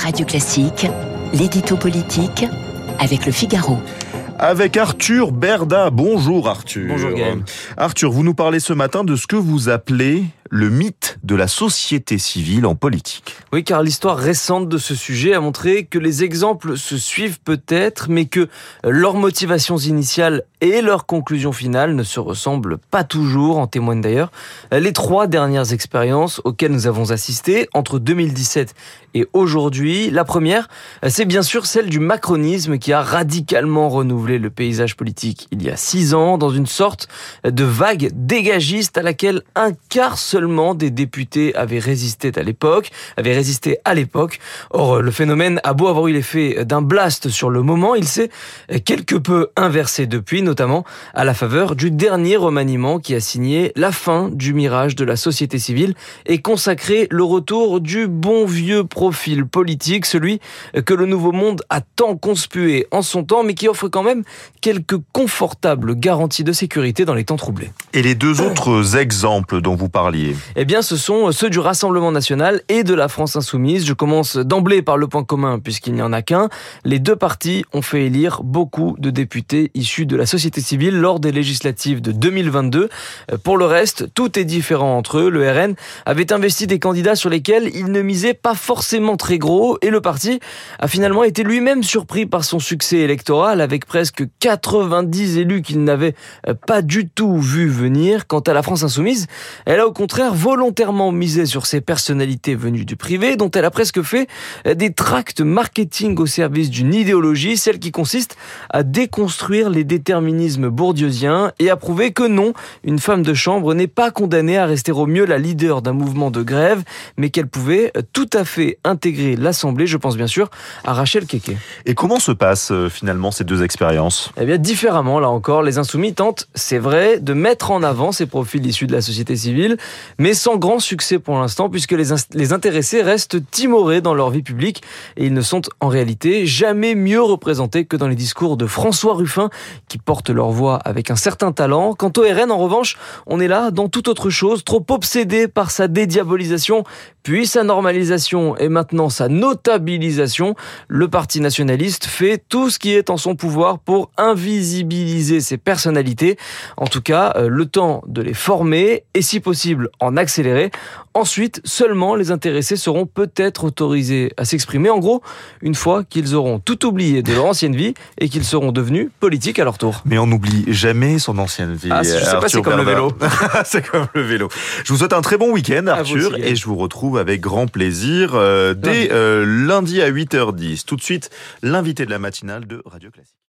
Radio Classique, l'édito politique avec Le Figaro. Avec Arthur Berda. Bonjour Arthur. Bonjour Gaël. Arthur, vous nous parlez ce matin de ce que vous appelez le mythe de la société civile en politique. Oui, car l'histoire récente de ce sujet a montré que les exemples se suivent peut-être, mais que leurs motivations initiales et leurs conclusions finales ne se ressemblent pas toujours, en témoignent d'ailleurs les 3 dernières expériences auxquelles nous avons assisté entre 2017 et aujourd'hui. La première, c'est bien sûr celle du macronisme qui a radicalement renouvelé le paysage politique il y a 6 ans dans une sorte de vague dégagiste à laquelle un quart seulement des députés avaient résisté à l'époque. Or, le phénomène a beau avoir eu l'effet d'un blast sur le moment, il s'est quelque peu inversé depuis, notamment à la faveur du dernier remaniement qui a signé la fin du mirage de la société civile et consacré le retour du bon vieux profil politique, celui que le Nouveau Monde a tant conspué en son temps, mais qui offre quand même quelques confortables garanties de sécurité dans les temps troublés. Et les 2 autres exemples dont vous parliez? Eh bien, ce sont ceux du Rassemblement national et de la France insoumise. Je commence d'emblée par le point commun, puisqu'il n'y en a qu'un. Les 2 partis ont fait élire beaucoup de députés issus de la société civile lors des législatives de 2022. Pour le reste, tout est différent entre eux. Le RN avait investi des candidats sur lesquels il ne misait pas forcément très gros, et le parti a finalement été lui-même surpris par son succès électoral, avec presque 90 élus qu'il n'avait pas du tout vu venir. Quant à la France insoumise, elle a au contraire volontairement misé sur ses personnalités venues du privé, dont elle a presque fait des tracts marketing au service d'une idéologie, celle qui consiste à déconstruire les déterminismes bourdieusiens et à prouver que non, une femme de chambre n'est pas condamnée à rester au mieux la leader d'un mouvement de grève, mais qu'elle pouvait tout à fait intégrer l'Assemblée. Je pense bien sûr à Rachel Keke. Et comment se passent finalement ces 2 expériences? Eh bien, différemment, là encore, les Insoumis tentent, c'est vrai, de mettre en avant ces profils issus de la société civile, mais sans grand succès pour l'instant, puisque les intéressés restent timorés dans leur vie publique, et ils ne sont en réalité jamais mieux représentés que dans les discours de François Ruffin, qui portent leur voix avec un certain talent. Quant au RN, en revanche, on est là dans toute autre chose, trop obsédé par sa dédiabolisation, puis sa normalisation et maintenant sa notabilisation. Le parti nationaliste fait tout ce qui est en son pouvoir pour invisibiliser ses personnalités. En tout cas, le temps de les former et si possible en accélérer. Ensuite, seulement les intéressés seront peut-être autorisés à s'exprimer. En gros, une fois qu'ils auront tout oublié de leur ancienne vie et qu'ils seront devenus politiques à leur tour. Mais on n'oublie jamais son ancienne vie. Ah, je sais pas, c'est comme le vélo. C'est comme le vélo. Je vous souhaite un très bon week-end, Arthur, et je vous retrouve avec grand plaisir dès lundi à 8h10. Tout de suite, l'invité de la matinale de Radio Classique.